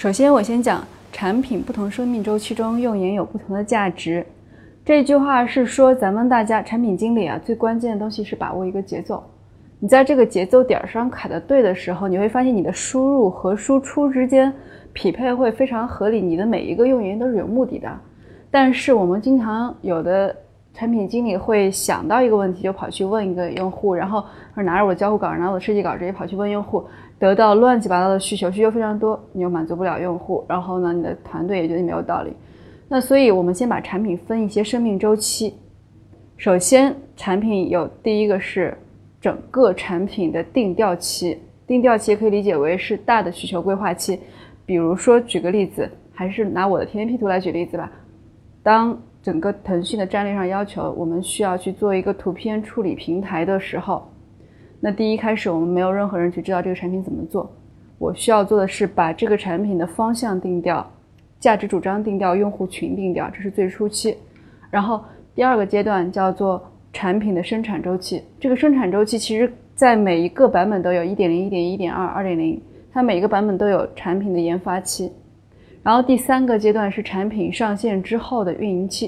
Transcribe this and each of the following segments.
首先我先讲产品不同生命周期中用眼有不同的价值。这句话是说咱们大家产品经理最关键的东西是把握一个节奏。你在这个节奏点上卡得对的时候，你会发现你的输入和输出之间匹配会非常合理，你的每一个用眼都是有目的的。但是我们经常有的产品经理会想到一个问题就跑去问一个用户，然后拿着我的交互稿，拿着我的设计稿直接跑去问用户，得到乱七八糟的需求非常多，你又满足不了用户，然后呢你的团队也觉得你没有道理。那所以我们先把产品分一些生命周期。首先产品有第一个是整个产品的定调期，定调期可以理解为是大的需求规划期。比如说举个例子，还是拿我的天天 P 图来举例子吧。当整个腾讯的战略上要求我们需要去做一个图片处理平台的时候，那第一开始我们没有任何人去知道这个产品怎么做，我需要做的是把这个产品的方向定调，价值主张定调，用户群定调，这是最初期。然后第二个阶段叫做产品的生产周期，这个生产周期其实在每一个版本都有 1.0、1.1.2、2.0， 它每一个版本都有产品的研发期。然后第三个阶段是产品上线之后的运营期。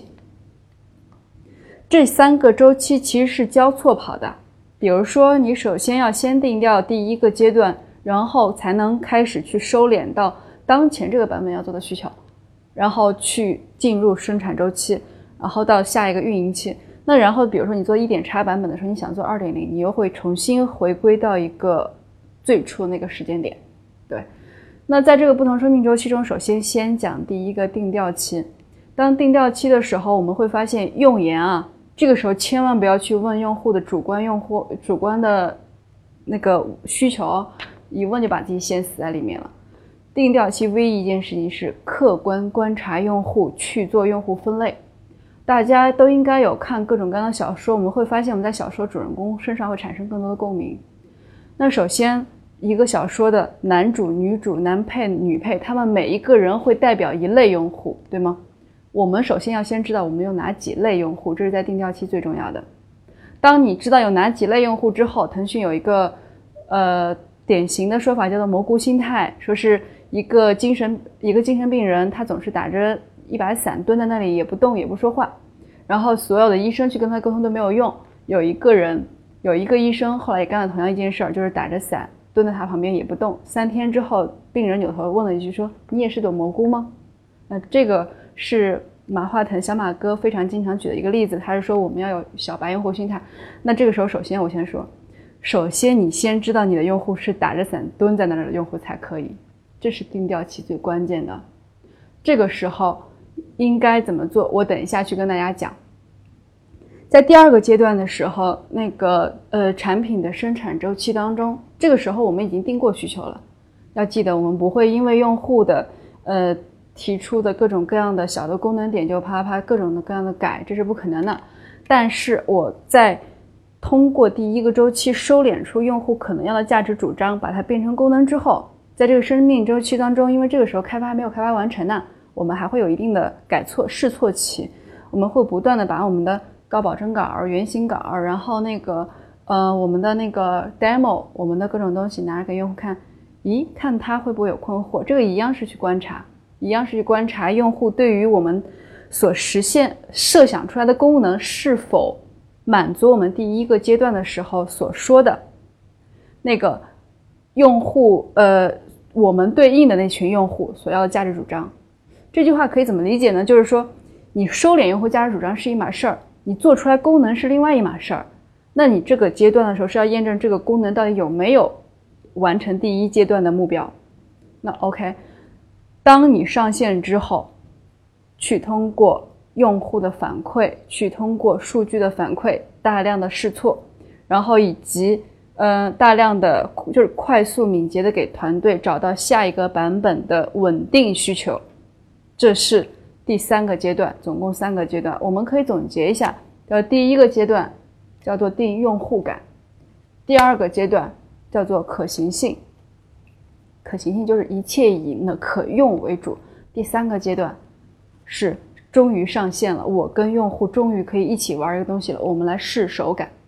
这三个周期其实是交错跑的。比如说你首先要先定调第一个阶段，然后才能开始去收敛到当前这个版本要做的需求，然后去进入生产周期，然后到下一个运营期。那然后比如说你做 1.x 版本的时候，你想做 2.0， 你又会重新回归到一个最初那个时间点。对，那在这个不同生命周期中，首先讲第一个定调期。当定调期的时候，我们会发现用眼这个时候千万不要去问用户的主观的那个需求，一问就把自己陷死在里面了。定调期唯一一件事情是客观观察用户，去做用户分类。大家都应该有看各种各样的小说，我们会发现我们在小说主人公身上会产生更多的共鸣。那首先一个小说的男主、女主、男配、女配，他们每一个人会代表一类用户，对吗？我们首先要先知道我们有哪几类用户，这是在定调期最重要的。当你知道有哪几类用户之后，腾讯有一个典型的说法叫做蘑菇心态，说是一个精神病人，他总是打着一把伞蹲在那里也不动也不说话，然后所有的医生去跟他沟通都没有用。有一个医生后来也干了同样一件事，就是打着伞蹲在他旁边也不动。3天之后，病人扭头问了一句说：“你也是朵蘑菇吗？”那这个是马化腾小马哥非常经常举的一个例子，他是说我们要有小白用户心态。那这个时候首先你先知道你的用户是打着伞蹲在那儿的用户才可以，这是定调期最关键的。这个时候应该怎么做，我等一下去跟大家讲。在第二个阶段的时候，那个产品的生产周期当中，这个时候我们已经定过需求了。要记得我们不会因为用户的提出的各种各样的小的功能点就啪各种各样的改，这是不可能的。但是我在通过第一个周期收敛出用户可能要的价值主张，把它变成功能之后，在这个生命周期当中，因为这个时候开发还没有开发完成呢，我们还会有一定的试错期，我们会不断的把我们的高保真稿、原型稿，然后我们的那个 demo， 我们的各种东西拿给用户看，看他会不会有困惑，这个一样是去观察用户对于我们所设想出来的功能是否满足我们第一个阶段的时候所说的那个用户我们对应的那群用户所要的价值主张。这句话可以怎么理解呢？就是说你收敛用户价值主张是一码事儿，你做出来功能是另外一码事儿。那你这个阶段的时候是要验证这个功能到底有没有完成第一阶段的目标。那 OK， 当你上线之后，去通过用户的反馈，去通过数据的反馈，大量的试错，然后以及大量的就是快速敏捷的给团队找到下一个版本的稳定需求，这是第三个阶段，总共3个阶段。我们可以总结一下，第一个阶段叫做定用户感，第二个阶段叫做可行性，可行性就是一切以可用为主。第3个阶段是终于上线了，我跟用户终于可以一起玩一个东西了，我们来试手感。